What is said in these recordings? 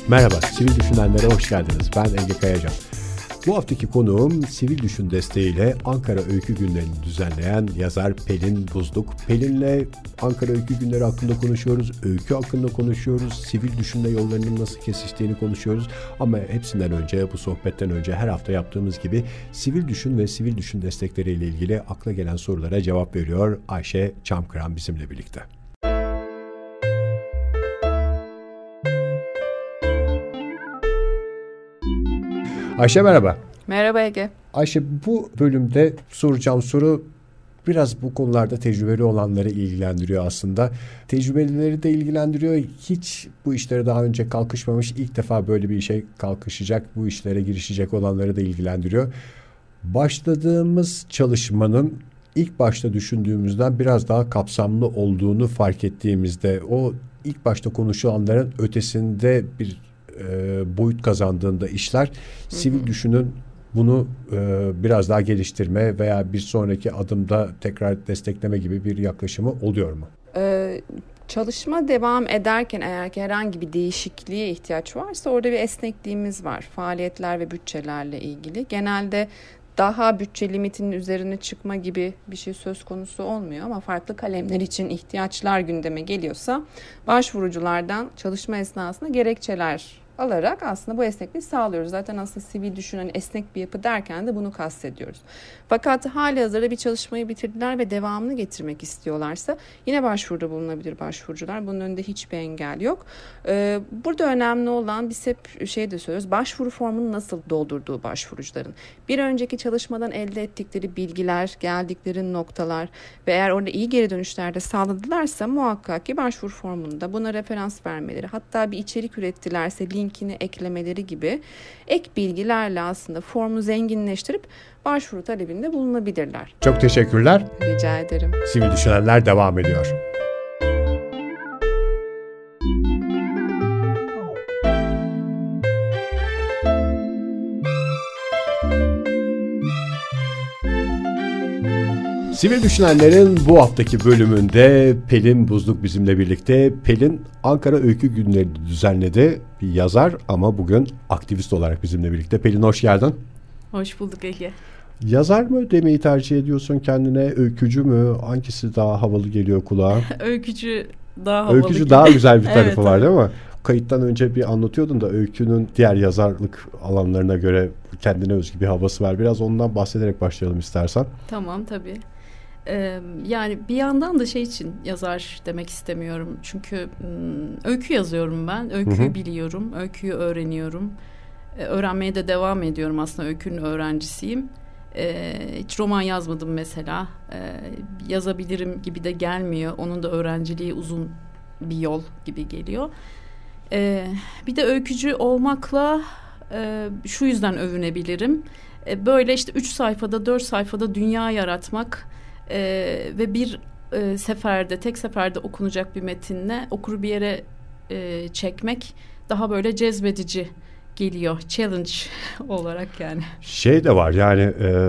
Merhaba, Sivil Düşünenlere hoş geldiniz. Ben Ege Kayacan. Bu haftaki konuğum Sivil Düşün desteğiyle Ankara Öykü Günlerini düzenleyen yazar Pelin Buzluk. Pelin'le Ankara Öykü Günleri hakkında konuşuyoruz, öykü hakkında konuşuyoruz, sivil düşünme yollarının nasıl kesiştiğini konuşuyoruz. Ama hepsinden önce, bu sohbetten önce her hafta yaptığımız gibi Sivil Düşün ve Sivil Düşün destekleriyle ilgili akla gelen sorulara cevap veriyor Ayşe Çamkıran bizimle birlikte. Ayşe merhaba. Merhaba Ege. Ayşe, bu bölümde soracağım soru biraz bu konularda tecrübeli olanları ilgilendiriyor aslında. Tecrübelileri de ilgilendiriyor. Hiç bu işlere daha önce kalkışmamış, ilk defa böyle bir işe kalkışacak, bu işlere girişecek olanları da ilgilendiriyor. Başladığımız çalışmanın ilk başta düşündüğümüzden biraz daha kapsamlı olduğunu fark ettiğimizde, o ilk başta konuşulanların ötesinde bir boyut kazandığında işler, sivil düşünün bunu biraz daha geliştirme veya bir sonraki adımda tekrar destekleme gibi bir yaklaşımı oluyor mu? Çalışma devam ederken eğer ki herhangi bir değişikliğe ihtiyaç varsa orada bir esnekliğimiz var. Faaliyetler ve bütçelerle ilgili. Genelde daha bütçe limitinin üzerine çıkma gibi bir şey söz konusu olmuyor ama farklı kalemler için ihtiyaçlar gündeme geliyorsa başvuruculardan çalışma esnasında gerekçeler alarak aslında bu esnekliği sağlıyoruz. Zaten aslında sivil düşünen esnek bir yapı derken de bunu kastediyoruz. Fakat halihazırda bir çalışmayı bitirdiler ve devamını getirmek istiyorlarsa yine başvuruda bulunabilir başvurucular. Bunun önünde hiçbir engel yok. Burada önemli olan biz hep şey de söylüyoruz. Başvuru formunu nasıl doldurduğu başvurucuların. Bir önceki çalışmadan elde ettikleri bilgiler, geldikleri noktalar ve eğer orada iyi geri dönüşler de sağladılarsa muhakkak ki başvuru formunda buna referans vermeleri, hatta bir içerik ürettilerse linkini eklemeleri gibi ek bilgilerle aslında formu zenginleştirip başvuru talebinde bulunabilirler. Çok teşekkürler. Rica ederim. Sivil Düşünenler devam ediyor. Sivil Düşünenler'in bu haftaki bölümünde Pelin Buzluk bizimle birlikte. Pelin Ankara Öykü Günleri düzenledi. Bir yazar ama bugün aktivist olarak bizimle birlikte. Pelin hoş geldin. Hoş bulduk Ege. Yazar mı demeyi tercih ediyorsun kendine, öykücü mü? Hangisi daha havalı geliyor kulağa? Öykücü daha havalı. Öykücü daha güzel bir tarafı evet, var değil mi? Kayıttan önce bir anlatıyordun da öykünün diğer yazarlık alanlarına göre kendine özgü bir havası var. Biraz ondan bahsederek başlayalım istersen. Tamam tabii. Yani bir yandan da şey için yazar demek istemiyorum. Çünkü öykü yazıyorum ben. Öyküyü biliyorum. Öyküyü öğreniyorum. Öğrenmeye de devam ediyorum. Aslında öykünün öğrencisiyim. Hiç roman yazmadım mesela. Yazabilirim gibi de gelmiyor. Onun da öğrenciliği uzun bir yol gibi geliyor. Bir de öykücü olmakla şu yüzden övünebilirim. Böyle işte 3 sayfada 4 sayfada dünya yaratmak ve bir seferde, tek seferde okunacak bir metinle okuru bir yere çekmek daha böyle cezbedici geliyor. Challenge olarak yani. Şey de var yani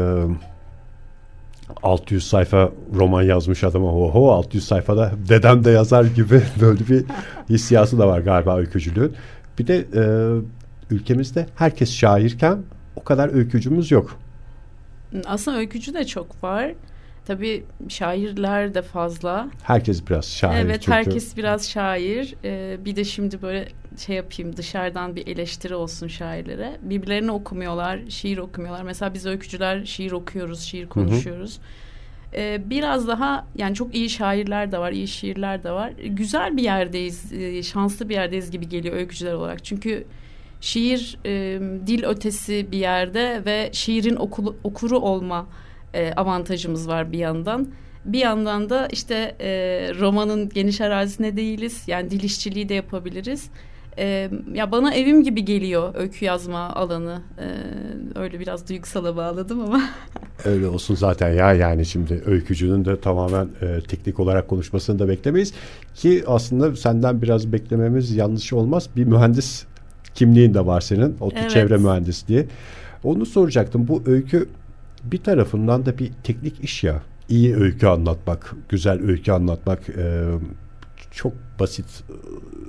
600 sayfa roman yazmış adam, oho 600 sayfada dedem de yazar gibi böyle bir hissiyatı da var galiba öykücülüğün. Bir de ülkemizde herkes şairken o kadar öykücümüz yok. Aslında öykücü de çok var. Tabii şairler de fazla. Herkes biraz şair. Evet çünkü. Herkes biraz şair. Bir de şimdi böyle şey yapayım, dışarıdan bir eleştiri olsun şairlere. Birbirlerini okumuyorlar, şiir okumuyorlar. Mesela biz öykücüler şiir okuyoruz, şiir konuşuyoruz. Biraz daha yani çok iyi şairler de var, iyi şiirler de var. Güzel bir yerdeyiz, şanslı bir yerdeyiz gibi geliyor öykücüler olarak. Çünkü şiir dil ötesi bir yerde ve şiirin okuru olma avantajımız var bir yandan. Bir yandan da işte romanın geniş arazisine değiliz. Yani dil işçiliği de yapabiliriz. Ya bana evim gibi geliyor öykü yazma alanı. Öyle biraz duygusala bağladım ama. Öyle olsun zaten ya, yani şimdi öykücünün de tamamen teknik olarak konuşmasını da beklemeyiz. Ki aslında senden biraz beklememiz yanlış olmaz. Bir mühendis kimliğin de var senin. Evet. Çevre mühendisliği. Onu soracaktım. Bu öykü bir tarafından da bir teknik iş ya. İyi öykü anlatmak, güzel öykü anlatmak çok basit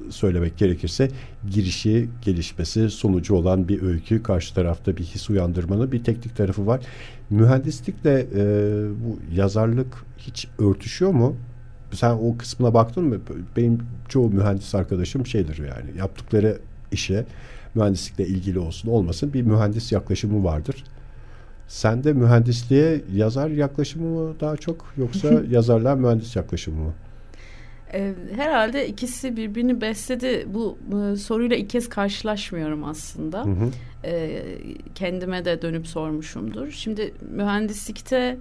söylemek gerekirse girişi, gelişmesi, sonucu olan bir öykü. Karşı tarafta bir his uyandırmanın bir teknik tarafı var. Mühendislikle bu yazarlık hiç örtüşüyor mu? Sen o kısmına baktın mı? Benim çoğu mühendis arkadaşım şeydir yani, yaptıkları işe mühendislikle ilgili olsun olmasın bir mühendis yaklaşımı vardır. Sende mühendisliğe yazar yaklaşımı mı daha çok, yoksa yazarlar mühendis yaklaşımı mı? Herhalde ikisi birbirini besledi. Bu soruyla ilk kez karşılaşmıyorum aslında. Hı hı. Kendime de dönüp sormuşumdur. Şimdi mühendislikte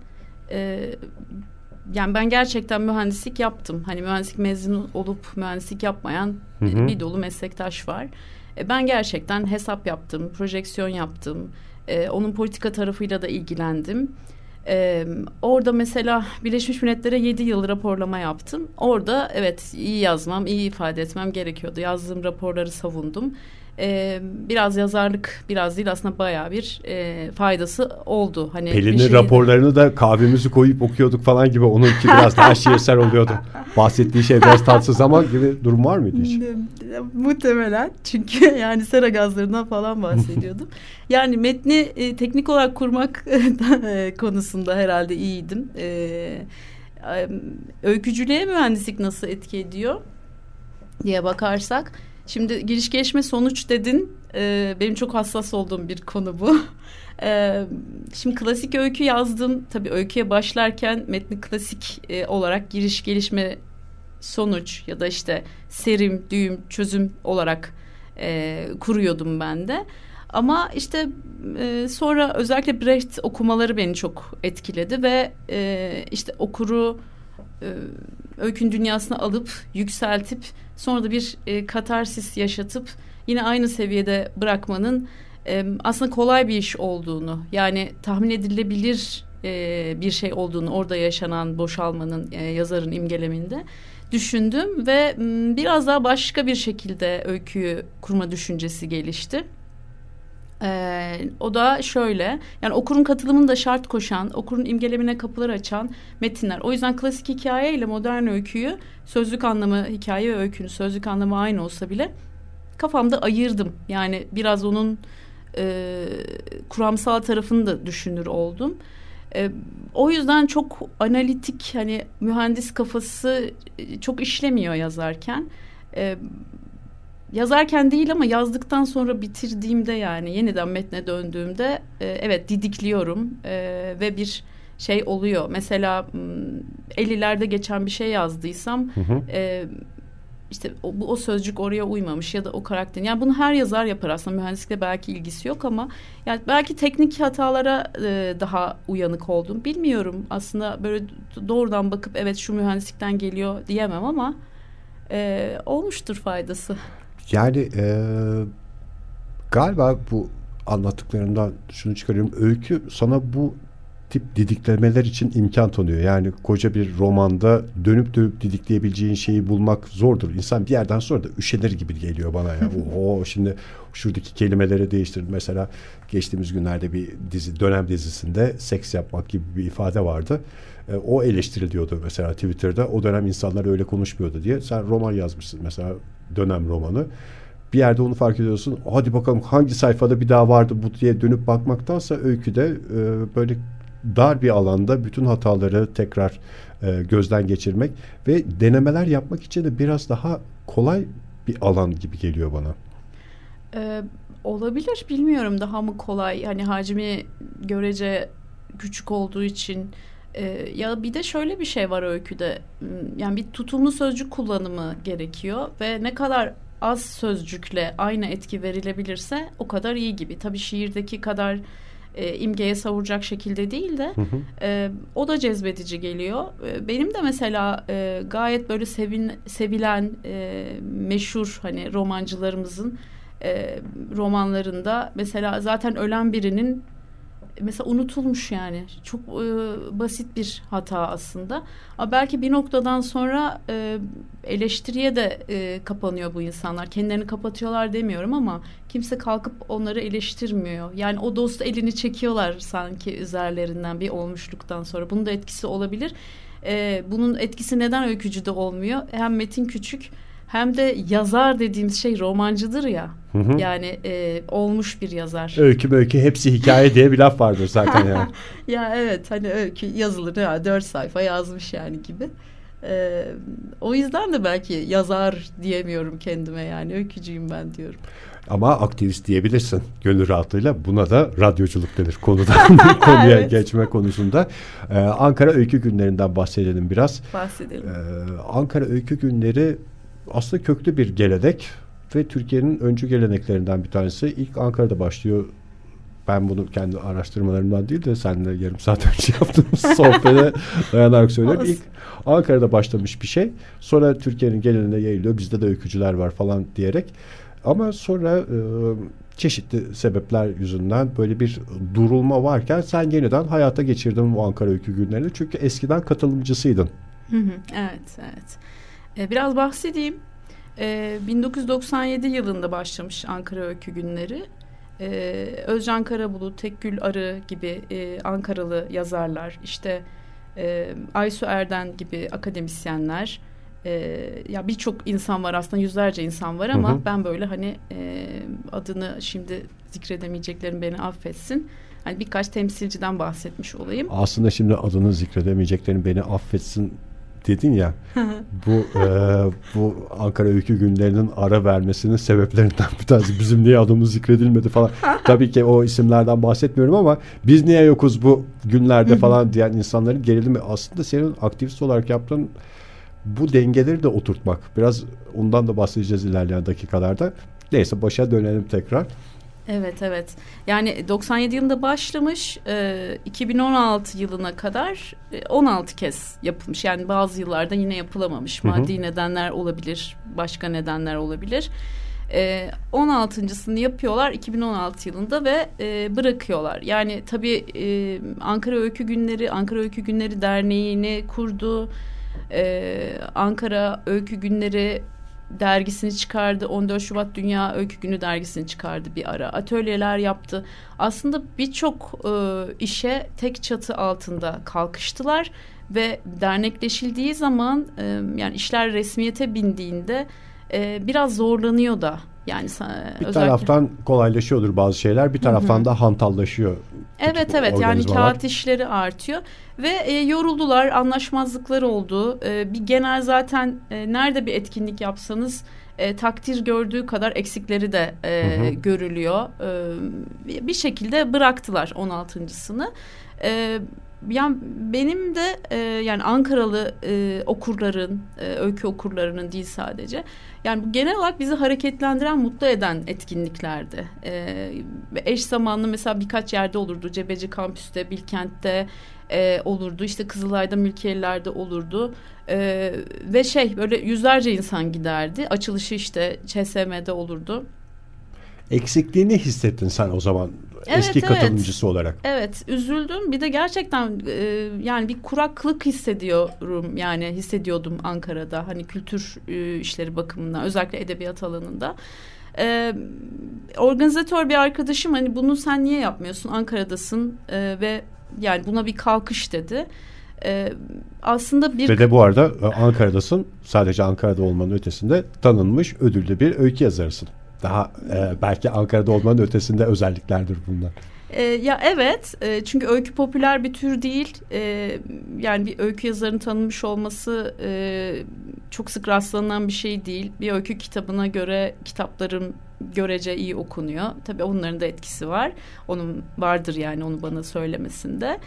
yani ben gerçekten mühendislik yaptım. Hani mühendislik mezunu olup mühendislik yapmayan bir dolu meslektaş var. Ben gerçekten hesap yaptım, projeksiyon yaptım. Onun politika tarafıyla da ilgilendim. Orada mesela Birleşmiş Milletler'e 7 yıl raporlama yaptım. Orada evet iyi yazmam, iyi ifade etmem gerekiyordu. Yazdığım raporları savundum. Biraz yazarlık, biraz değil aslında bayağı bir faydası oldu. Hani Pelin'in raporlarını da kahvemizi koyup okuyorduk falan gibi, onunki biraz daha şiirsel oluyordu. Bahsettiği şey biraz tatsız ama gibi durum var mıydı hiç? Muhtemelen, çünkü yani sera gazlarından falan bahsediyordum. Yani metni teknik olarak kurmak konusunda herhalde iyiydim. Öykücülüğe mühendislik nasıl etki ediyor diye bakarsak, şimdi giriş gelişme sonuç dedin. Benim çok hassas olduğum bir konu bu. Şimdi klasik öykü yazdım. Tabii öyküye başlarken metni klasik olarak giriş gelişme sonuç ya da işte serim, düğüm, çözüm olarak kuruyordum ben de. Ama işte sonra özellikle Brecht okumaları beni çok etkiledi ve işte okuru öykünün dünyasına alıp yükseltip sonra da bir katarsis yaşatıp yine aynı seviyede bırakmanın aslında kolay bir iş olduğunu, yani tahmin edilebilir bir şey olduğunu, orada yaşanan boşalmanın yazarın imgeleminde düşündüm ve biraz daha başka bir şekilde öyküyü kurma düşüncesi gelişti. O da şöyle, yani okurun katılımını da şart koşan, okurun imgelemine kapılar açan metinler. O yüzden klasik hikaye ile modern öyküyü, sözlük anlamı, hikaye ve öykünün sözlük anlamı aynı olsa bile kafamda ayırdım. Yani biraz onun kuramsal tarafını da düşünür oldum. O yüzden çok analitik, hani mühendis kafası çok işlemiyor yazarken. Yazarken değil ama yazdıktan sonra bitirdiğimde, yani yeniden metne döndüğümde evet didikliyorum ve bir şey oluyor. Mesela 50'lerde geçen bir şey yazdıysam işte o sözcük oraya uymamış ya da o karakterin. Yani bunu her yazar yapar aslında, mühendislikle belki ilgisi yok ama yani belki teknik hatalara daha uyanık oldum. Bilmiyorum aslında, böyle doğrudan bakıp evet şu mühendislikten geliyor diyemem ama olmuştur faydası. Yani galiba bu anlattıklarından şunu çıkarıyorum. Öykü sana bu tip didiklemeler için imkan tanıyor. Yani koca bir romanda dönüp didikleyebileceğin şeyi bulmak zordur. İnsan bir yerden sonra da üşenir gibi geliyor bana ya. Şimdi şuradaki kelimeleri değiştirdim. Mesela geçtiğimiz günlerde bir dönem dizisinde seks yapmak gibi bir ifade vardı. O eleştiriliyordu mesela Twitter'da. O dönem insanlar öyle konuşmuyordu diye. Sen roman yazmışsın mesela, dönem romanı. Bir yerde onu fark ediyorsun. Hadi bakalım hangi sayfada bir daha vardı bu diye dönüp bakmaktansa öyküde böyle dar bir alanda bütün hataları tekrar gözden geçirmek ve denemeler yapmak için de biraz daha kolay bir alan gibi geliyor bana. Olabilir, bilmiyorum, daha mı kolay, hani hacmi görece küçük olduğu için. Ya bir de şöyle bir şey var öyküde, yani bir tutumlu sözcük kullanımı gerekiyor ve ne kadar az sözcükle aynı etki verilebilirse o kadar iyi gibi. Tabii şiirdeki kadar imgeye savuracak şekilde değil de o da cezbedici geliyor. Benim de mesela gayet böyle sevilen meşhur hani romancılarımızın romanlarında mesela zaten ölen birinin mesela unutulmuş, yani çok basit bir hata aslında. Ama belki bir noktadan sonra eleştiriye de kapanıyor bu insanlar. Kendilerini kapatıyorlar demiyorum ama kimse kalkıp onları eleştirmiyor. Yani o dost elini çekiyorlar sanki üzerlerinden bir olmuşluktan sonra. Bunun da etkisi olabilir. Bunun etkisi neden öykücüde olmuyor? Hem metin küçük, hem de yazar dediğimiz şey romancıdır ya. Yani olmuş bir yazar. Öykü hepsi hikaye diye bir laf vardır zaten yani. Ya evet, hani öykü yazılır ya, 4 sayfa yazmış yani gibi. O yüzden de belki yazar diyemiyorum kendime, yani öykücüyüm ben diyorum. Ama aktivist diyebilirsin gönül rahatlığıyla. Buna da radyoculuk denir konudan konuya evet. Geçme konusunda. Ankara Öykü Günleri'nden bahsedelim biraz. Bahsedelim. Ankara Öykü Günleri aslında köklü bir gelenek ve Türkiye'nin öncü geleneklerinden bir tanesi. İlk Ankara'da başlıyor. Ben bunu kendi araştırmalarımdan değil de seninle yarım saat önce yaptığımız sohbete dayanarak söylüyorum. İlk Ankara'da başlamış bir şey. Sonra Türkiye'nin geneline yayılıyor. Bizde de öykücüler var falan diyerek. Ama sonra çeşitli sebepler yüzünden böyle bir durulma varken sen yeniden hayata geçirdin bu Ankara Öykü Günlerini. Çünkü eskiden katılımcısıydın. Evet. Biraz bahsedeyim. 1997 yılında başlamış Ankara Öykü Günleri. Özcan Karabulut, Tekgül Arı gibi Ankaralı yazarlar, işte Aysu Erden gibi akademisyenler, ya birçok insan var aslında, yüzlerce insan var ama ben böyle hani adını şimdi zikredemeyeceklerim beni affetsin. Hani birkaç temsilciden bahsetmiş olayım. Aslında şimdi adını zikredemeyeceklerim beni affetsin dedin ya. Bu Ankara Öykü Günleri'nin ara vermesinin sebeplerinden bir tanesi. Bizim niye adımız zikredilmedi falan. Tabii ki o isimlerden bahsetmiyorum ama biz niye yokuz bu günlerde falan diyen insanların gerilimi. Aslında senin aktivist olarak yaptığın bu dengeleri de oturtmak. Biraz ondan da bahsedeceğiz ilerleyen dakikalarda. Neyse, başa dönelim tekrar. Evet. Yani 97 yılında başlamış, 2016 yılına kadar 16 kez yapılmış. Yani bazı yıllarda yine yapılamamış. Maddi nedenler olabilir, başka nedenler olabilir. 16.sını yapıyorlar 2016 yılında ve bırakıyorlar. Yani tabii Ankara Öykü Günleri Derneği'ni kurdu. Ankara Öykü Günleri dergisini çıkardı. 14 Şubat Dünya Öykü Günü dergisini çıkardı bir ara. Atölyeler yaptı. Aslında birçok işe tek çatı altında kalkıştılar ve dernekleşildiği zaman yani işler resmiyete bindiğinde biraz zorlanıyor da. Yani bir taraftan kolaylaşıyordur bazı şeyler, bir taraftan da hantallaşıyor. Evet yani kağıt işleri artıyor ve yoruldular, anlaşmazlıklar oldu. Bir genel zaten nerede bir etkinlik yapsanız takdir gördüğü kadar eksikleri de görülüyor. Bir şekilde bıraktılar 16.sını. Yani benim de yani Ankaralı okurların, öykü okurlarının değil sadece. Yani bu genel olarak bizi hareketlendiren, mutlu eden etkinliklerdi. Eş zamanlı mesela birkaç yerde olurdu. Cebeci Kampüs'te, Bilkent'te olurdu. İşte Kızılay'da, Mülkiyeliler'de olurdu. Ve böyle yüzlerce insan giderdi. Açılışı işte ÇSM'de olurdu. Eksikliğini hissettin sen o zaman eski katılımcısı olarak. Evet, üzüldüm. Bir de gerçekten yani bir kuraklık hissediyordum Ankara'da. Hani kültür işleri bakımından, özellikle edebiyat alanında. Organizatör bir arkadaşım hani bunu sen niye yapmıyorsun? Ankara'dasın ve yani buna bir kalkış dedi. Aslında ve de bu arada Ankara'dasın. Sadece Ankara'da olmanın ötesinde tanınmış, ödüllü bir öykü yazarısın. Daha belki Ankara'da olmanın ötesinde özelliklerdir bunlar. Ya evet, çünkü öykü popüler bir tür değil. Yani bir öykü yazarının tanınmış olması çok sık rastlanan bir şey değil. Bir öykü kitabına göre kitaplarım görece iyi okunuyor. Tabii onların da etkisi var. Onun vardır yani, onu bana söylemesinde.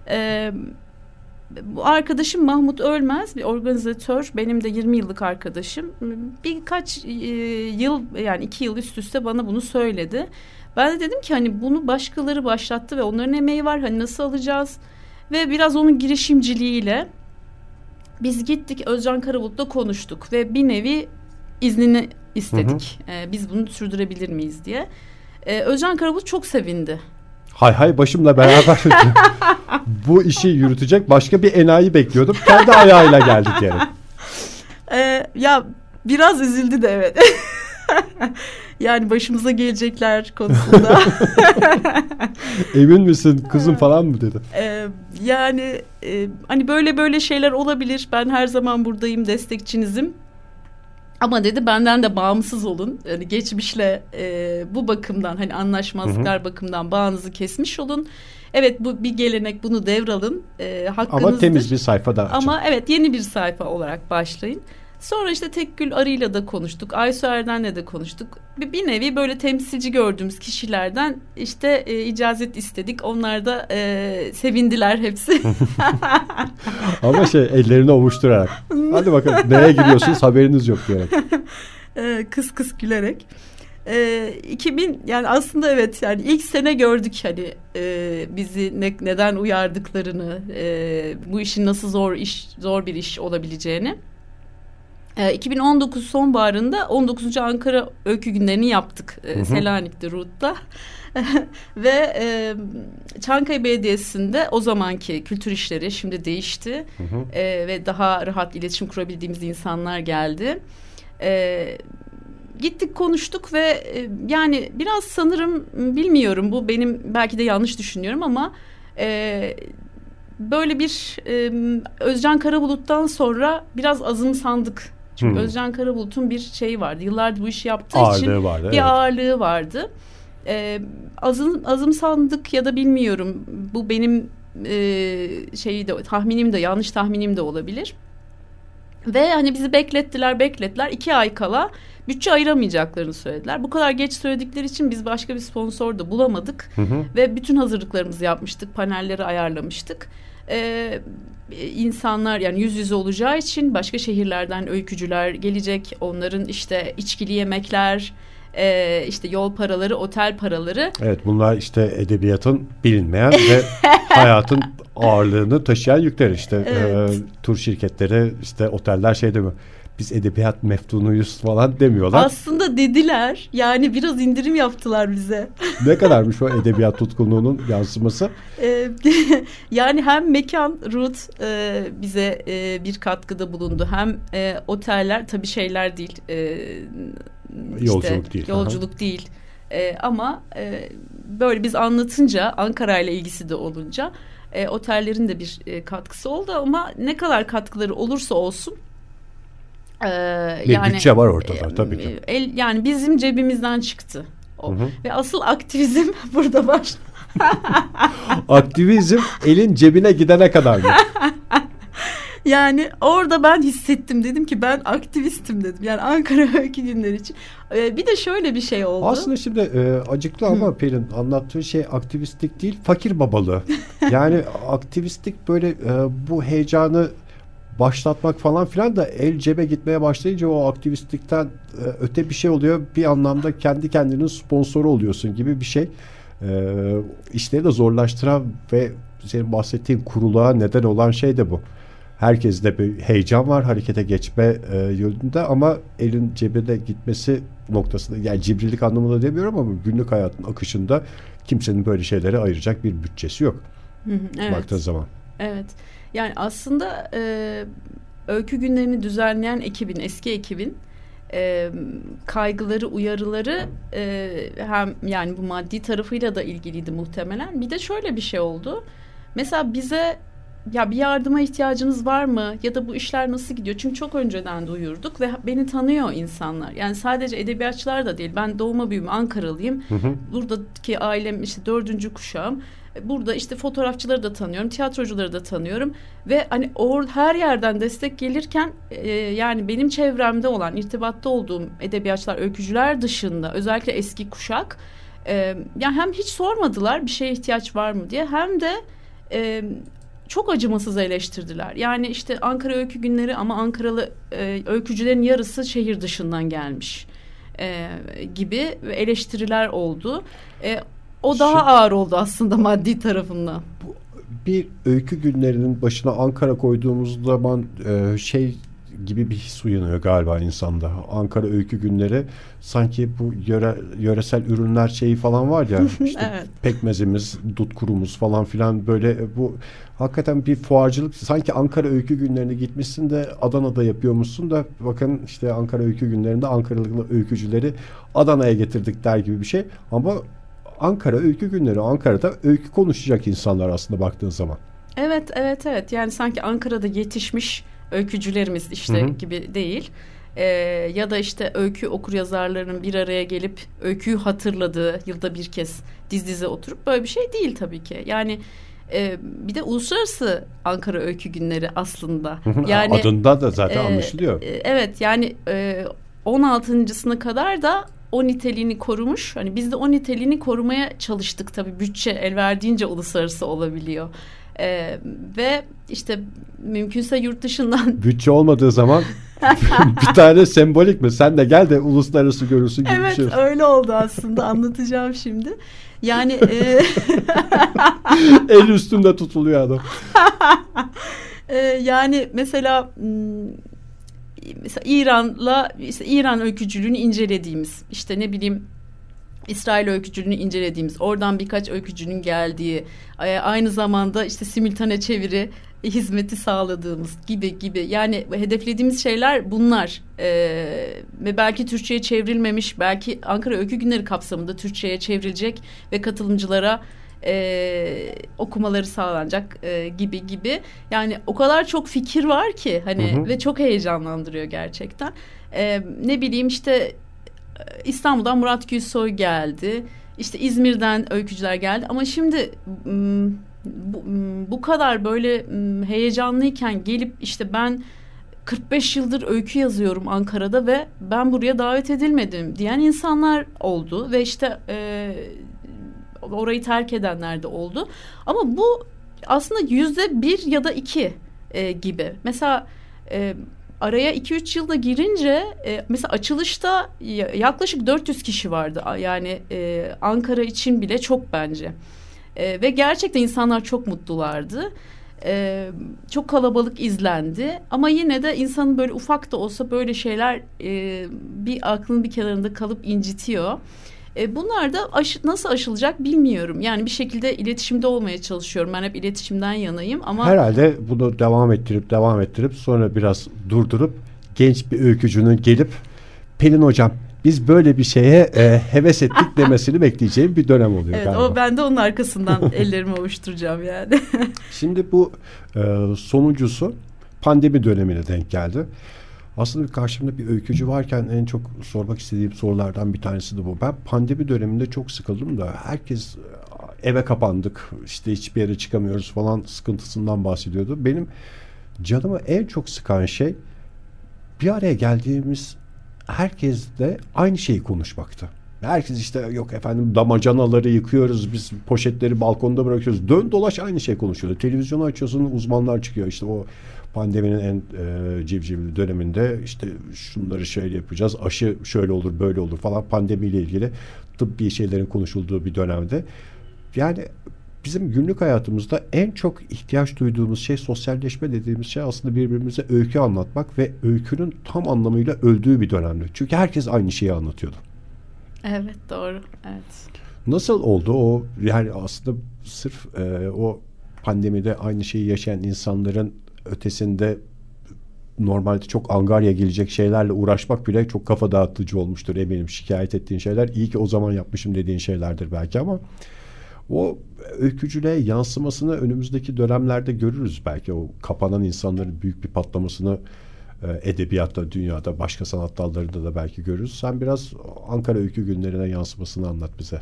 Bu arkadaşım Mahmut Ölmez, bir organizatör, benim de 20 yıllık arkadaşım. Birkaç yıl, yani 2 yıl üst üste bana bunu söyledi. Ben de dedim ki hani bunu başkaları başlattı ve onların emeği var, hani nasıl alacağız? Ve biraz onun girişimciliğiyle biz gittik, Özcan Karabulut'la konuştuk ve bir nevi iznini istedik. Biz bunu sürdürebilir miyiz diye. Özcan Karabulut çok sevindi. Hay başımla beraber bu işi yürütecek başka bir enayi bekliyordum. Kendi ayağıyla geldi diyerek. Ya biraz üzüldü de evet. Yani başımıza gelecekler konusunda. Emin misin kızım falan mı dedi? Yani hani böyle şeyler olabilir. Ben her zaman buradayım, destekçinizim. Ama dedi benden de bağımsız olun. Yani geçmişle bu bakımdan hani anlaşmazlıklar bakımından bağınızı kesmiş olun. Evet bu bir gelenek, bunu devralın. Hakkınızdır. Ama temiz bir sayfa daha açın. Ama evet yeni bir sayfa olarak başlayın. Sonra işte Tekgül Arı'yla da konuştuk. Aysu Erden'le de konuştuk. Bir nevi böyle temsilci gördüğümüz kişilerden işte icazet istedik. Onlar da sevindiler hepsi. Ama ellerini ovuşturarak. Hadi bakalım nereye gidiyorsunuz haberiniz yok diyerek. Kıs kıs gülerek. 2000 yani aslında evet yani ilk sene gördük hani bizi neden uyardıklarını, bu işin nasıl zor bir iş olabileceğini. 2019 sonbaharında 19. Ankara Öykü Günlerini yaptık. Selanik'te RUT'ta. Ve Çankaya Belediyesi'nde o zamanki kültür işleri şimdi değişti. Ve daha rahat iletişim kurabildiğimiz insanlar geldi. Gittik konuştuk ve yani biraz sanırım bilmiyorum bu benim belki de yanlış düşünüyorum ama böyle bir Özcan Karabulut'tan sonra biraz azımsandık. Çünkü Özcan Karabulut'un bir şeyi vardı. Yıllardır bu işi yaptığı için bir ağırlığı vardı. Azımsandık ya da bilmiyorum. Bu benim tahminim de yanlış tahminim de olabilir. Ve hani bizi beklettiler. 2 ay kala bütçe ayıramayacaklarını söylediler. Bu kadar geç söyledikleri için biz başka bir sponsor da bulamadık. Ve bütün hazırlıklarımızı yapmıştık. Panelleri ayarlamıştık. İnsanlar yani yüz yüze olacağı için başka şehirlerden öykücüler gelecek. Onların işte içkili yemekler, işte yol paraları, otel paraları. Evet bunlar işte edebiyatın bilinmeyen ve hayatın ağırlığını taşıyan yükler işte. Evet. Tur şirketleri işte oteller demiyor. Biz edebiyat meftunuyuz falan demiyorlar. Aslında dediler yani biraz indirim yaptılar bize. Ne kadarmış o edebiyat tutkunluğunun yansıması? Yani hem mekan RUT bize bir katkıda bulundu hem oteller tabii şeyler değil. Yolculuk değil. Yolculuk değil. Ama böyle biz anlatınca Ankara ile ilgisi de olunca otellerin de bir katkısı oldu ama ne kadar katkıları olursa olsun bir bütçe var ortada tabii ki. Yani bizim cebimizden çıktı o. Ve asıl aktivizm burada başladı. Aktivizm elin cebine gidene kadar mı? Yani orada ben hissettim, dedim ki ben aktivistim dedim. Yani Ankara Öykü Günleri için. Bir de şöyle bir şey oldu. Aslında şimdi acıklı ama Pelin anlattığı şey aktivistlik değil, fakir babalığı. Yani aktivistlik böyle bu heyecanı başlatmak falan filan da el cebe gitmeye başlayınca o aktivistlikten öte bir şey oluyor. Bir anlamda kendi kendinin sponsoru oluyorsun gibi bir şey. İşleri de zorlaştıran ve senin bahsettiğin kuruluğa neden olan şey de bu. Herkeste bir heyecan var harekete geçme yönünde ama elin cebine gitmesi noktasında, yani cimrilik anlamında demiyorum ama günlük hayatın akışında kimsenin böyle şeylere ayıracak bir bütçesi yok. Evet. Baktığın zaman. Evet. Yani aslında öykü günlerini düzenleyen ekibin, eski ekibin kaygıları, uyarıları hem yani bu maddi tarafıyla da ilgiliydi muhtemelen. Bir de şöyle bir şey oldu. Mesela bize ya bir yardıma ihtiyacınız var mı? Ya da bu işler nasıl gidiyor? Çünkü çok önceden duyurduk ve beni tanıyor insanlar. Yani sadece edebiyatçılar da değil. Ben doğma büyüme Ankaralıyım. Buradaki ailem işte 4. kuşağım. Burada işte fotoğrafçıları da tanıyorum, tiyatrocuları da tanıyorum ve hani her yerden destek gelirken yani benim çevremde olan, irtibatta olduğum edebiyatçılar, öykücüler dışında özellikle eski kuşak yani hem hiç sormadılar bir şeye ihtiyaç var mı diye, hem de çok acımasız eleştirdiler. Yani işte Ankara Öykü Günleri ama Ankaralı öykücülerin yarısı şehir dışından gelmiş gibi eleştiriler oldu. O daha ağır oldu aslında maddi tarafından. Bir öykü günlerinin başına Ankara koyduğumuz zaman şey gibi bir his uyanıyor galiba insanda. Ankara Öykü Günleri sanki bu yöresel ürünler şeyi falan var ya işte evet. Pekmezimiz, dut kurumuz falan filan, böyle bu hakikaten bir fuarcılık. Sanki Ankara Öykü Günlerine gitmişsin de Adana'da yapıyormuşsun da bakın işte Ankara Öykü Günlerinde Ankaralı öykücüleri Adana'ya getirdik der gibi bir şey. Ama Ankara Öykü Günleri, Ankara'da öykü konuşacak insanlar aslında baktığın zaman. Evet. Yani sanki Ankara'da yetişmiş öykücülerimiz işte gibi değil. Ya da işte öykü okuryazarlarının bir araya gelip öyküyü hatırladığı, yılda bir kez diz dize oturup, böyle bir şey değil tabii ki. Yani bir de Uluslararası Ankara Öykü Günleri aslında. Yani adından da zaten anlaşılıyor. Evet, yani 16.sına kadar da o niteliğini korumuş. Hani biz de o niteliğini korumaya çalıştık tabii. Bütçe el verdiğince uluslararası olabiliyor. Ve işte mümkünse yurt dışından... Bütçe olmadığı zaman bir tane sembolik mi? Sen de gel de uluslararası görürsün gibi bir şey. Evet, öyle oldu aslında. Anlatacağım şimdi. Yani el üstünde tutuluyor adam. Yani mesela İran'la, işte İran öykücülüğünü incelediğimiz, işte ne bileyim İsrail öykücülüğünü incelediğimiz, oradan birkaç öykücünün geldiği, aynı zamanda işte simültane çeviri hizmeti sağladığımız gibi, yani hedeflediğimiz şeyler bunlar. Ve belki Türkçe'ye çevrilmemiş, belki Ankara Öykü Günleri kapsamında Türkçe'ye çevrilecek ve katılımcılara okumaları sağlanacak gibi. Yani o kadar çok fikir var ki hani, ve çok heyecanlandırıyor gerçekten. Ne bileyim işte İstanbul'dan Murat Gülsoy geldi. İşte İzmir'den öykücüler geldi. Ama şimdi bu kadar böyle heyecanlıyken gelip işte ben 45 yıldır öykü yazıyorum Ankara'da ve ben buraya davet edilmedim diyen insanlar oldu. Ve işte orayı terk edenler de oldu. Ama bu aslında %1 ya da 2 gibi. Mesela araya 2-3 yılda girince mesela açılışta yaklaşık 400 kişi vardı. Yani Ankara için bile çok bence. Ve gerçekten insanlar çok mutlulardı. Çok kalabalık izlendi. Ama yine de insanın böyle ufak da olsa böyle şeyler bir aklının bir kenarında kalıp incitiyor. Bunlar da nasıl aşılacak bilmiyorum. Yani bir şekilde iletişimde olmaya çalışıyorum. Ben hep iletişimden yanayım ama... Herhalde bunu devam ettirip sonra biraz durdurup genç bir öykücünün gelip Pelin hocam biz böyle bir şeye heves ettik demesini bekleyeceğim bir dönem oluyor evet, galiba. Ben de onun arkasından ellerimi ovuşturacağım yani. Şimdi bu sonuncusu pandemi dönemine denk geldi. Aslında karşımda bir öykücü varken en çok sormak istediğim sorulardan bir tanesi de bu. Ben pandemi döneminde çok sıkıldım da herkes eve kapandık, işte hiçbir yere çıkamıyoruz falan sıkıntısından bahsediyordu. Benim canımı en çok sıkan şey bir araya geldiğimiz herkesle aynı şeyi konuşmaktı. Herkes işte yok efendim damacanaları yıkıyoruz, biz poşetleri balkonda bırakıyoruz. Dön dolaş aynı şey konuşuyordu. Televizyonu açıyorsun, uzmanlar çıkıyor. İşte o pandeminin en civcivli döneminde işte şunları şöyle yapacağız, aşı şöyle olur böyle olur falan, pandemiyle ilgili tıbbi şeylerin konuşulduğu bir dönemde. Yani bizim günlük hayatımızda en çok ihtiyaç duyduğumuz şey, sosyalleşme dediğimiz şey aslında birbirimize öykü anlatmak ve öykünün tam anlamıyla öldüğü bir dönemdi. Çünkü herkes aynı şeyi anlatıyordu. Evet, doğru. Evet. Nasıl oldu o? Yani aslında sırf o pandemide aynı şeyi yaşayan insanların ötesinde normalde çok angarya gelecek şeylerle uğraşmak bile çok kafa dağıtıcı olmuştur eminim. Şikayet ettiğin şeyler iyi ki o zaman yapmışım dediğin şeylerdir belki, ama o öykücülüğe yansımasını önümüzdeki dönemlerde görürüz belki. O kapanan insanların büyük bir patlamasını edebiyatta, dünyada, başka sanat dallarında da belki görürüz. Sen biraz Ankara Öykü Günlerine yansımasını anlat bize.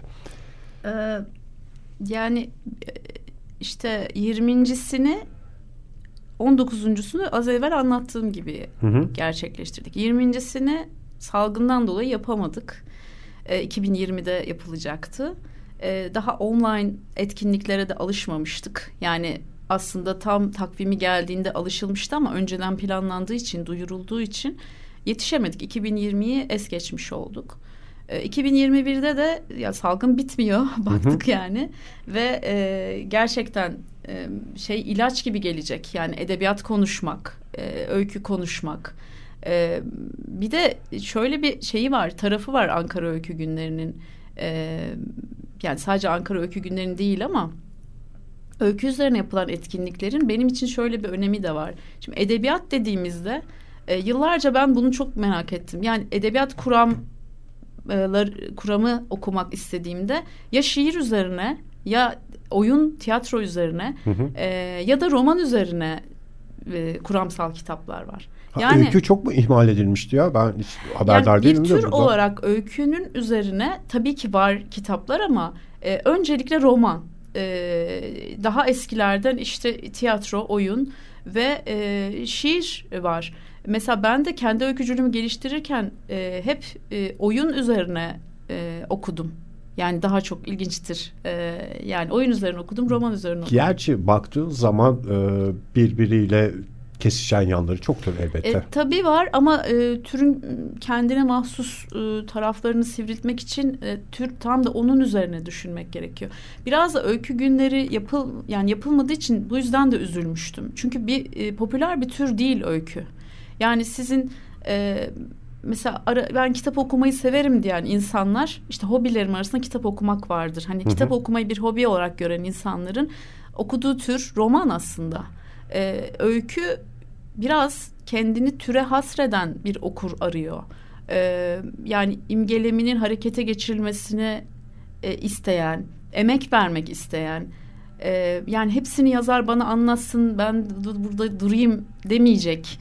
Yani işte 20.sini 19.sunu az evvel anlattığım gibi gerçekleştirdik. 20.sini salgından dolayı yapamadık. 2020'de yapılacaktı. Daha online etkinliklere de alışmamıştık. Yani aslında tam takvimi geldiğinde alışılmıştı ama önceden planlandığı için, duyurulduğu için yetişemedik. 2020'yi es geçmiş olduk. 2021'de de ya salgın bitmiyor baktık yani ve gerçekten ilaç gibi gelecek. Yani edebiyat konuşmak, öykü konuşmak. Bir de şöyle bir şeyi var, tarafı var Ankara Öykü Günleri'nin. Yani sadece Ankara Öykü Günleri'nin değil ama öykü üzerine yapılan etkinliklerin benim için şöyle bir önemi de var. Şimdi edebiyat dediğimizde yıllarca ben bunu çok merak ettim. Yani edebiyat kuramı okumak istediğimde ya şiir üzerine ya oyun, tiyatro üzerine ya da roman üzerine kuramsal kitaplar var. Yani öykü çok mu ihmal edilmişti ya? Ben hiç haberdar değilim de bir tür burada. olarak öykünün üzerine tabii ki var kitaplar ama öncelikle roman. Daha eskilerden işte tiyatro, oyun ve şiir var. Mesela ben de kendi öykücülüğümü geliştirirken hep oyun üzerine okudum. Yani daha çok ilginçtir. Yani oyun üzerine okudum, roman üzerine okudum. Gerçi baktığın zaman birbiriyle kesişen yanları çoktur elbette. Tabii var ama türün kendine mahsus taraflarını sivriltmek için tür tam da onun üzerine düşünmek gerekiyor. Biraz da öykü günleri yapılmadığı için bu yüzden de üzülmüştüm. Çünkü popüler bir tür değil öykü. Yani sizin mesela ben kitap okumayı severim diyen insanlar, işte hobilerim arasında kitap okumak vardır. Hani kitap okumayı bir hobi olarak gören insanların okuduğu tür roman aslında. Öykü biraz kendini türe hasreden bir okur arıyor. Yani imgeleminin harekete geçirilmesini isteyen, emek vermek isteyen, yani hepsini yazar bana anlatsın, ben burada durayım demeyecek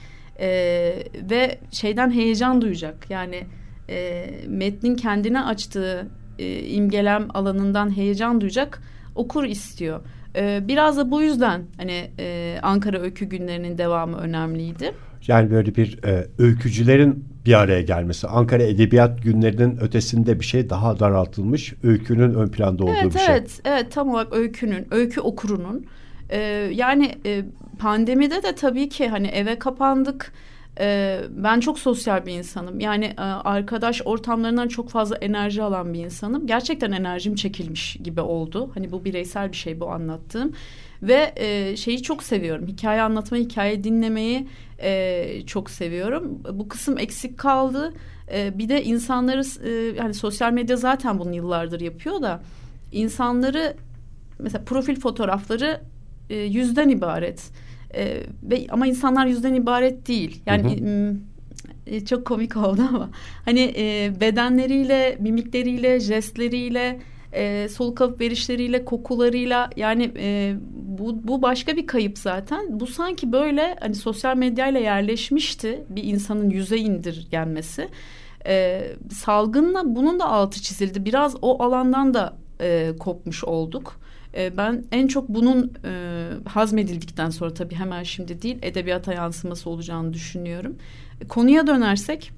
ve şeyden heyecan duyacak. Yani metnin kendine açtığı imgelem alanından heyecan duyacak okur istiyor. Biraz da bu yüzden hani Ankara Öykü Günleri'nin devamı önemliydi. Yani böyle bir öykücülerin bir araya gelmesi. Ankara Edebiyat Günleri'nin ötesinde bir şey, daha daraltılmış, öykünün ön planda olduğu bir şey. Evet, tam olarak öykü okurunun. Yani pandemide de tabii ki hani eve kapandık. Ben çok sosyal bir insanım. Yani arkadaş ortamlarından çok fazla enerji alan bir insanım. Gerçekten enerjim çekilmiş gibi oldu. Hani bu bireysel bir şey bu anlattığım. Ve şeyi çok seviyorum. Hikaye anlatmayı, hikaye dinlemeyi çok seviyorum. Bu kısım eksik kaldı. Bir de insanları hani sosyal medya zaten bunu yıllardır yapıyor da insanları mesela profil fotoğrafları 100'den ibaret. Ama insanlar 100'den ibaret değil. Yani çok komik oldu ama hani bedenleriyle, mimikleriyle, jestleriyle, soluk alıp verişleriyle, kokularıyla, yani bu başka bir kayıp zaten. Bu sanki böyle hani sosyal medyayla yerleşmişti bir insanın yüze indirgenmesi. Salgınla bunun da altı çizildi. Biraz o alandan da kopmuş olduk. Ben en çok bunun hazmedildikten sonra, tabii hemen şimdi değil, edebiyata yansıması olacağını düşünüyorum. Konuya dönersek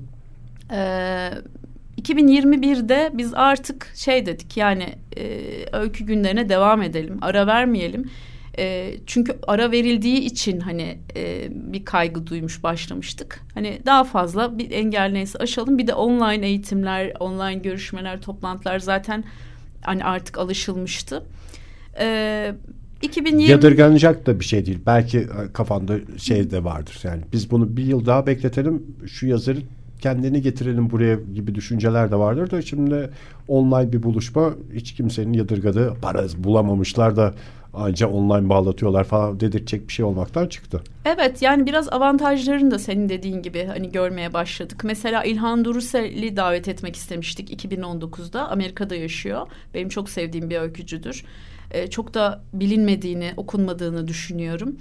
2021'de biz artık şey dedik, yani öykü günlerine devam edelim, ara vermeyelim. Çünkü ara verildiği için hani bir kaygı duymuş başlamıştık. Hani daha fazla bir engel neyse aşalım. Bir de online eğitimler, online görüşmeler, toplantılar zaten hani artık alışılmıştı. 2020... Yadırganacak da bir şey değil. Belki kafanda şey de vardır. Yani biz bunu bir yıl daha bekletelim, şu yazarı kendini getirelim buraya gibi düşünceler de vardır da şimdi online bir buluşma hiç kimsenin yadırgadığı, para bulamamışlar da anca online bağlatıyorlar falan dedirtecek bir şey olmaktan çıktı. Evet, yani biraz avantajlarını da senin dediğin gibi hani görmeye başladık. Mesela İlhan Durusel'i davet etmek istemiştik 2019'da. Amerika'da yaşıyor. Benim çok sevdiğim bir öykücüdür. Çok da bilinmediğini, okunmadığını düşünüyorum.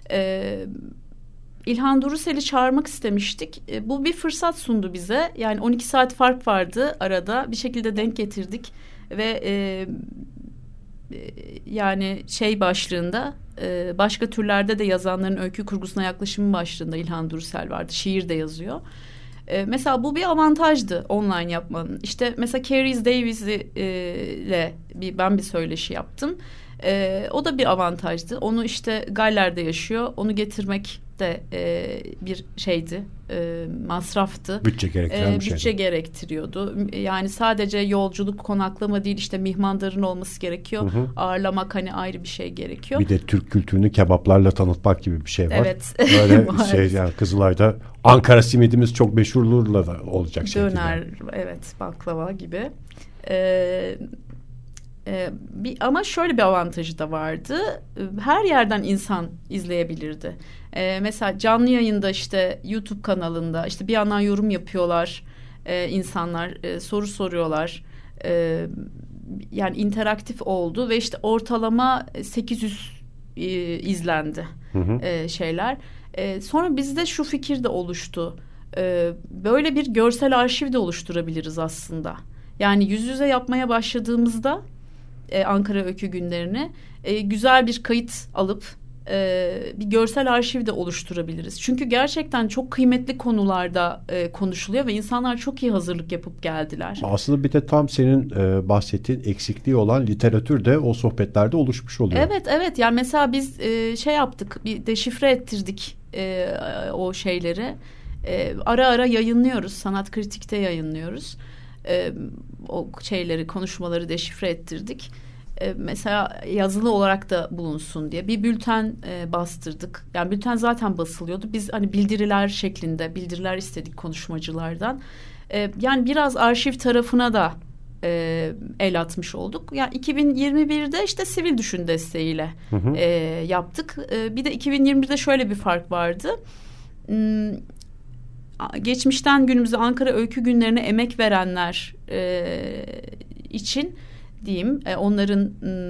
İlhan Durusel'i çağırmak istemiştik. Bu bir fırsat sundu bize. Yani 12 saat fark vardı arada. Bir şekilde denk getirdik ve yani şey başlığında, başka türlerde de yazanların öykü kurgusuna yaklaşımı başlığında İlhan Durusel vardı. Şiir de yazıyor. Mesela bu bir avantajdı online yapmanın. İşte mesela Carrie Davies'le ben bir söyleşi yaptım. O da bir avantajdı. Onu işte Galler'de yaşıyor. Onu getirmek de bir şeydi, masraftı. Bütçe gerektiren bir şeydi. Bütçe gerektiriyordu. Yani sadece yolculuk, konaklama değil, işte mihmandarın olması gerekiyor. Ağırlamak hani ayrı bir şey gerekiyor. Bir de Türk kültürünü kebaplarla tanıtmak gibi bir şey var. Evet. Böyle şey yani Kızılay'da Ankara simidimiz çok meşhurluğuyla da olacak şekilde. Döner, evet, baklava gibi. Ama şöyle bir avantajı da vardı. Her yerden insan izleyebilirdi. Mesela canlı yayında, işte YouTube kanalında işte bir yandan yorum yapıyorlar insanlar, soru soruyorlar. Yani interaktif oldu ve işte ortalama 800 izlendi şeyler. Sonra bizde şu fikir de oluştu. Böyle bir görsel arşiv de oluşturabiliriz aslında. Yani yüz yüze yapmaya başladığımızda Ankara Öykü Günlerini güzel bir kayıt alıp bir görsel arşiv de oluşturabiliriz. Çünkü gerçekten çok kıymetli konularda konuşuluyor ve insanlar çok iyi hazırlık yapıp geldiler. Aslında bir de tam senin bahsettiğin eksikliği olan literatür de o sohbetlerde oluşmuş oluyor. Evet. Yani mesela biz şey yaptık, bir deşifre ettirdik o şeyleri. Ara ara yayınlıyoruz, Sanat Kritik'te yayınlıyoruz. O şeyleri, konuşmaları deşifre ettirdik. Mesela yazılı olarak da bulunsun diye bir bülten bastırdık. Yani bülten zaten basılıyordu. Biz hani bildiriler şeklinde bildiriler istedik konuşmacılardan. Yani biraz arşiv tarafına da el atmış olduk. Yani 2021'de işte Sivil Düşün desteğiyle yaptık. Bir de 2021'de şöyle bir fark vardı. Geçmişten günümüze Ankara Öykü Günlerine emek verenler için diyeyim, onların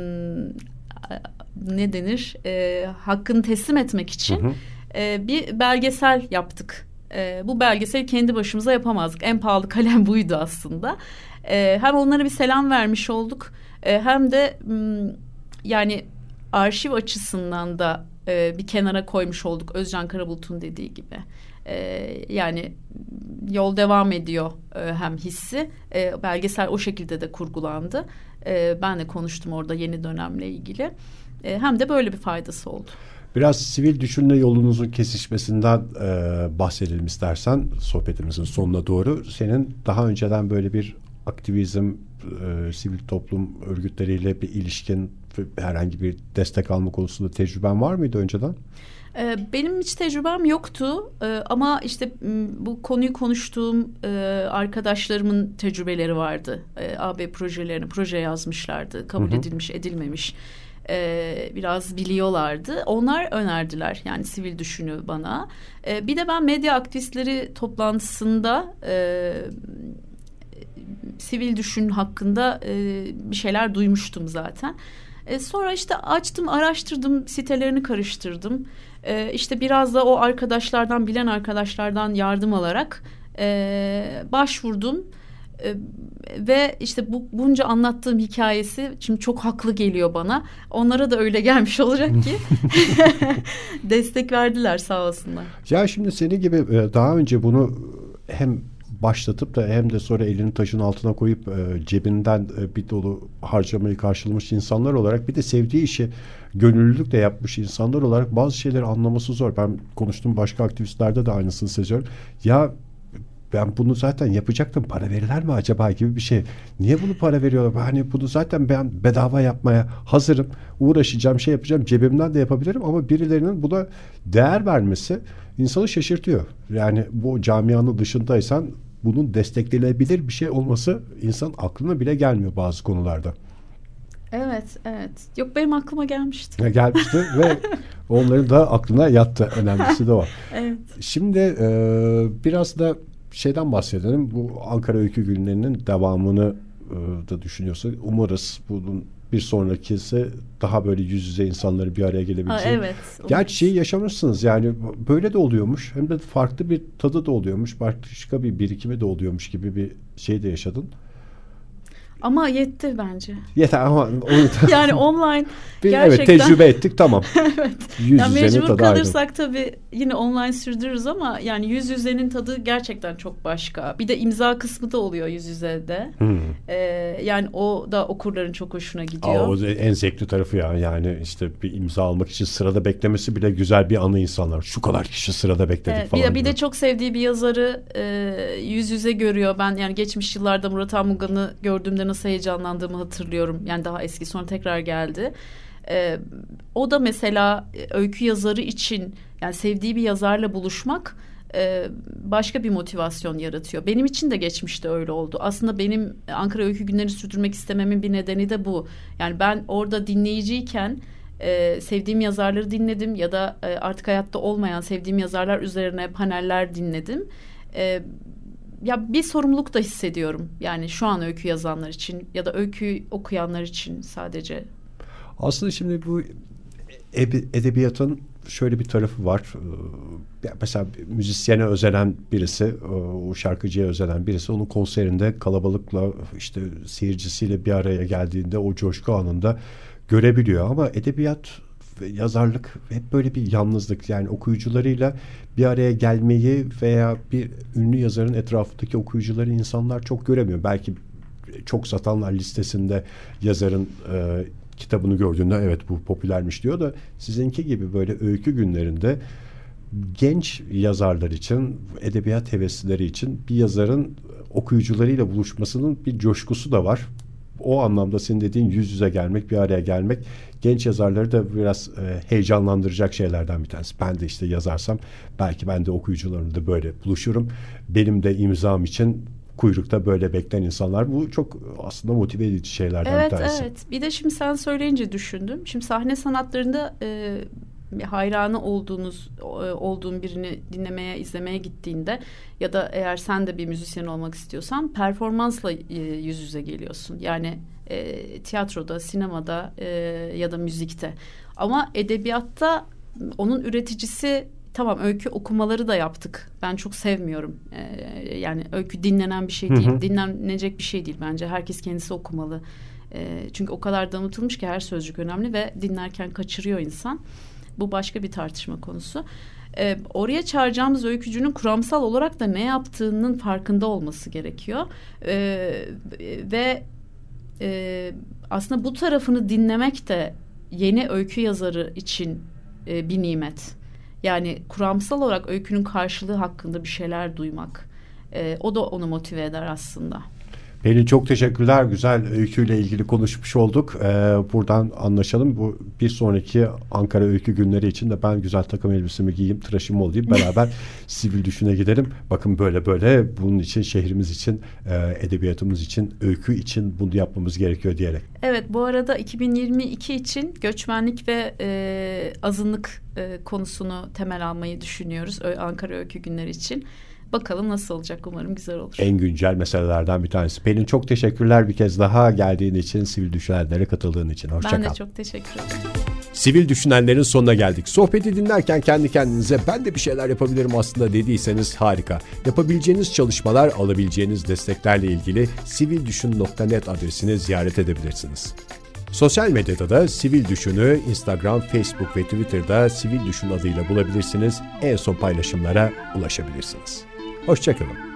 ne denir, hakkını teslim etmek için bir belgesel yaptık. Bu belgeseli kendi başımıza yapamazdık. En pahalı kalem buydu aslında. Hem onlara bir selam vermiş olduk, hem de yani arşiv açısından da bir kenara koymuş olduk, Özcan Karabulut'un dediği gibi. Yani yol devam ediyor hem hissi. Belgesel o şekilde de kurgulandı. Ben de konuştum orada yeni dönemle ilgili. Hem de böyle bir faydası oldu. Biraz sivil düşünme yolunuzun kesişmesinden bahsedelim istersen sohbetimizin sonuna doğru. Senin daha önceden böyle bir aktivizm, sivil toplum örgütleriyle bir ilişkin, herhangi bir destek alma konusunda tecrüben var mıydı önceden? Benim hiç tecrübem yoktu ama işte bu konuyu konuştuğum arkadaşlarımın tecrübeleri vardı. AB projelerini proje yazmışlardı, kabul edilmiş edilmemiş biraz biliyorlardı. Onlar önerdiler yani sivil düşünü bana. Bir de ben medya aktivistleri toplantısında sivil düşün hakkında bir şeyler duymuştum zaten. Sonra işte açtım, araştırdım, sitelerini karıştırdım. İşte biraz da o arkadaşlardan, bilen arkadaşlardan yardım alarak başvurdum. Ve işte bunca anlattığım hikayesi şimdi çok haklı geliyor bana. Onlara da öyle gelmiş olacak ki destek verdiler sağ olsunlar. Ya şimdi senin gibi daha önce bunu hem başlatıp da hem de sonra elini taşın altına koyup cebinden bir dolu harcamayı karşılamış insanlar olarak, bir de sevdiği işi gönüllülükle yapmış insanlar olarak bazı şeyleri anlaması zor. Ben konuştuğum başka aktivistlerde de aynısını seziyorum. Ya ben bunu zaten yapacaktım, para verirler mi acaba gibi bir şey. Niye bunu para veriyorlar? Hani bunu zaten ben bedava yapmaya hazırım. Uğraşacağım, şey yapacağım, cebimden de yapabilirim ama birilerinin buna değer vermesi insanı şaşırtıyor. Yani bu camianın dışındaysan bunun desteklenebilir bir şey olması insan aklına bile gelmiyor bazı konularda. Evet. Yok, benim aklıma gelmişti. Gelmişti ve onların da aklına yattı. Önemlisi de o. Evet. Şimdi biraz da şeyden bahsedelim. Bu Ankara Öykü Günleri'nin devamını da düşünüyorsa umarız bunun bir sonrakisi daha böyle yüz yüze insanları bir araya gelebilecek. Evet. Gerçi şeyi yaşamışsınız yani, böyle de oluyormuş. Hem de farklı bir tadı da oluyormuş. Başka bir birikimi de oluyormuş gibi bir şey de yaşadın. Ama yetti bence. Yeter ama yani online gerçekten. Evet, tecrübe ettik, tamam. Evet. Yüz yani mecbur tadı kalırsak ayrı. tabii yine online sürdürürüz ama yani yüz yüzenin tadı gerçekten çok başka. Bir de imza kısmı da oluyor yüz yüzede. Yani o da okurların çok hoşuna gidiyor. O en zevkli tarafı ya. Yani işte bir imza almak için sırada beklemesi bile güzel bir anı insanlar. Şu kadar kişi sırada bekledik falan. Bir de çok sevdiği bir yazarı yüz yüze görüyor. Ben yani geçmiş yıllarda Murat Anmungan'ı gördüğümde nasıl heyecanlandığımı hatırlıyorum. Yani daha eski, sonra tekrar geldi. O da mesela öykü yazarı için, yani sevdiği bir yazarla buluşmak başka bir motivasyon yaratıyor. Benim için de geçmişte öyle oldu. Aslında benim Ankara Öykü Günlerini sürdürmek istememin bir nedeni de bu. Yani ben orada dinleyiciyken sevdiğim yazarları dinledim ya da artık hayatta olmayan sevdiğim yazarlar üzerine paneller dinledim. Ya bir sorumluluk da hissediyorum. Yani şu an öykü yazanlar için ya da öykü okuyanlar için sadece. Aslında şimdi bu edebiyatın şöyle bir tarafı var. Mesela müzisyene özenen birisi, o şarkıcıya özenen birisi onun konserinde kalabalıkla işte seyircisiyle bir araya geldiğinde o coşku anında görebiliyor. Ama edebiyat ve yazarlık hep böyle bir yalnızlık. Yani okuyucularıyla bir araya gelmeyi veya bir ünlü yazarın etrafındaki okuyucuları insanlar çok göremiyor. Belki çok satanlar listesinde yazarın kitabını gördüğünde evet bu popülermiş diyor da sizinki gibi böyle öykü günlerinde genç yazarlar için, edebiyat heveslileri için bir yazarın okuyucularıyla buluşmasının bir coşkusu da var. O anlamda senin dediğin yüz yüze gelmek, bir araya gelmek genç yazarları da biraz heyecanlandıracak şeylerden bir tanesi. Ben de işte yazarsam belki ben de okuyucularımla böyle buluşurum. Benim de imzam için kuyrukta böyle bekleyen insanlar. Bu çok aslında motive edici şeylerden bir tanesi. Evet. Bir de şimdi sen söyleyince düşündüm. Şimdi sahne sanatlarında hayranı olduğun birini dinlemeye, izlemeye gittiğinde ya da eğer sen de bir müzisyen olmak istiyorsan performansla yüz yüze geliyorsun. Yani tiyatroda, sinemada ya da müzikte. Ama edebiyatta onun üreticisi, tamam öykü okumaları da yaptık. Ben çok sevmiyorum. Yani öykü dinlenen bir şey değil. Dinlenecek bir şey değil bence. Herkes kendisi okumalı. Çünkü o kadar damıtılmış ki her sözcük önemli ve dinlerken kaçırıyor insan. Bu başka bir tartışma konusu. Oraya çağıracağımız öykücünün kuramsal olarak da ne yaptığının farkında olması gerekiyor. Ve aslında bu tarafını dinlemek de yeni öykü yazarı için bir nimet. Yani kuramsal olarak öykünün karşılığı hakkında bir şeyler duymak. O da onu motive eder aslında. Pelin çok teşekkürler. Güzel öyküyle ilgili konuşmuş olduk. Buradan anlaşalım. Bu bir sonraki Ankara Öykü Günleri için de ben güzel takım elbisemi giyeyim, tıraşımı olayım. Beraber Sivil Düşün'e gidelim. Bakın böyle bunun için şehrimiz için, edebiyatımız için, öykü için bunu yapmamız gerekiyor diyerek. Evet, bu arada 2022 için göçmenlik ve azınlık konusunu temel almayı düşünüyoruz. Ankara Öykü Günleri için. Bakalım nasıl olacak, umarım güzel olur. En güncel meselelerden bir tanesi. Pelin çok teşekkürler bir kez daha geldiğin için, Sivil Düşünenlere katıldığın için. Hoşça kal. Ben de çok teşekkür ederim. Sivil Düşünenlerin sonuna geldik. Sohbeti dinlerken kendi kendinize ben de bir şeyler yapabilirim aslında dediyseniz harika. Yapabileceğiniz çalışmalar, alabileceğiniz desteklerle ilgili sivildüşün.net adresini ziyaret edebilirsiniz. Sosyal medyada da Sivil Düşün'ü Instagram, Facebook ve Twitter'da Sivil Düşün adıyla bulabilirsiniz. En son paylaşımlara ulaşabilirsiniz. Hoşça kalın.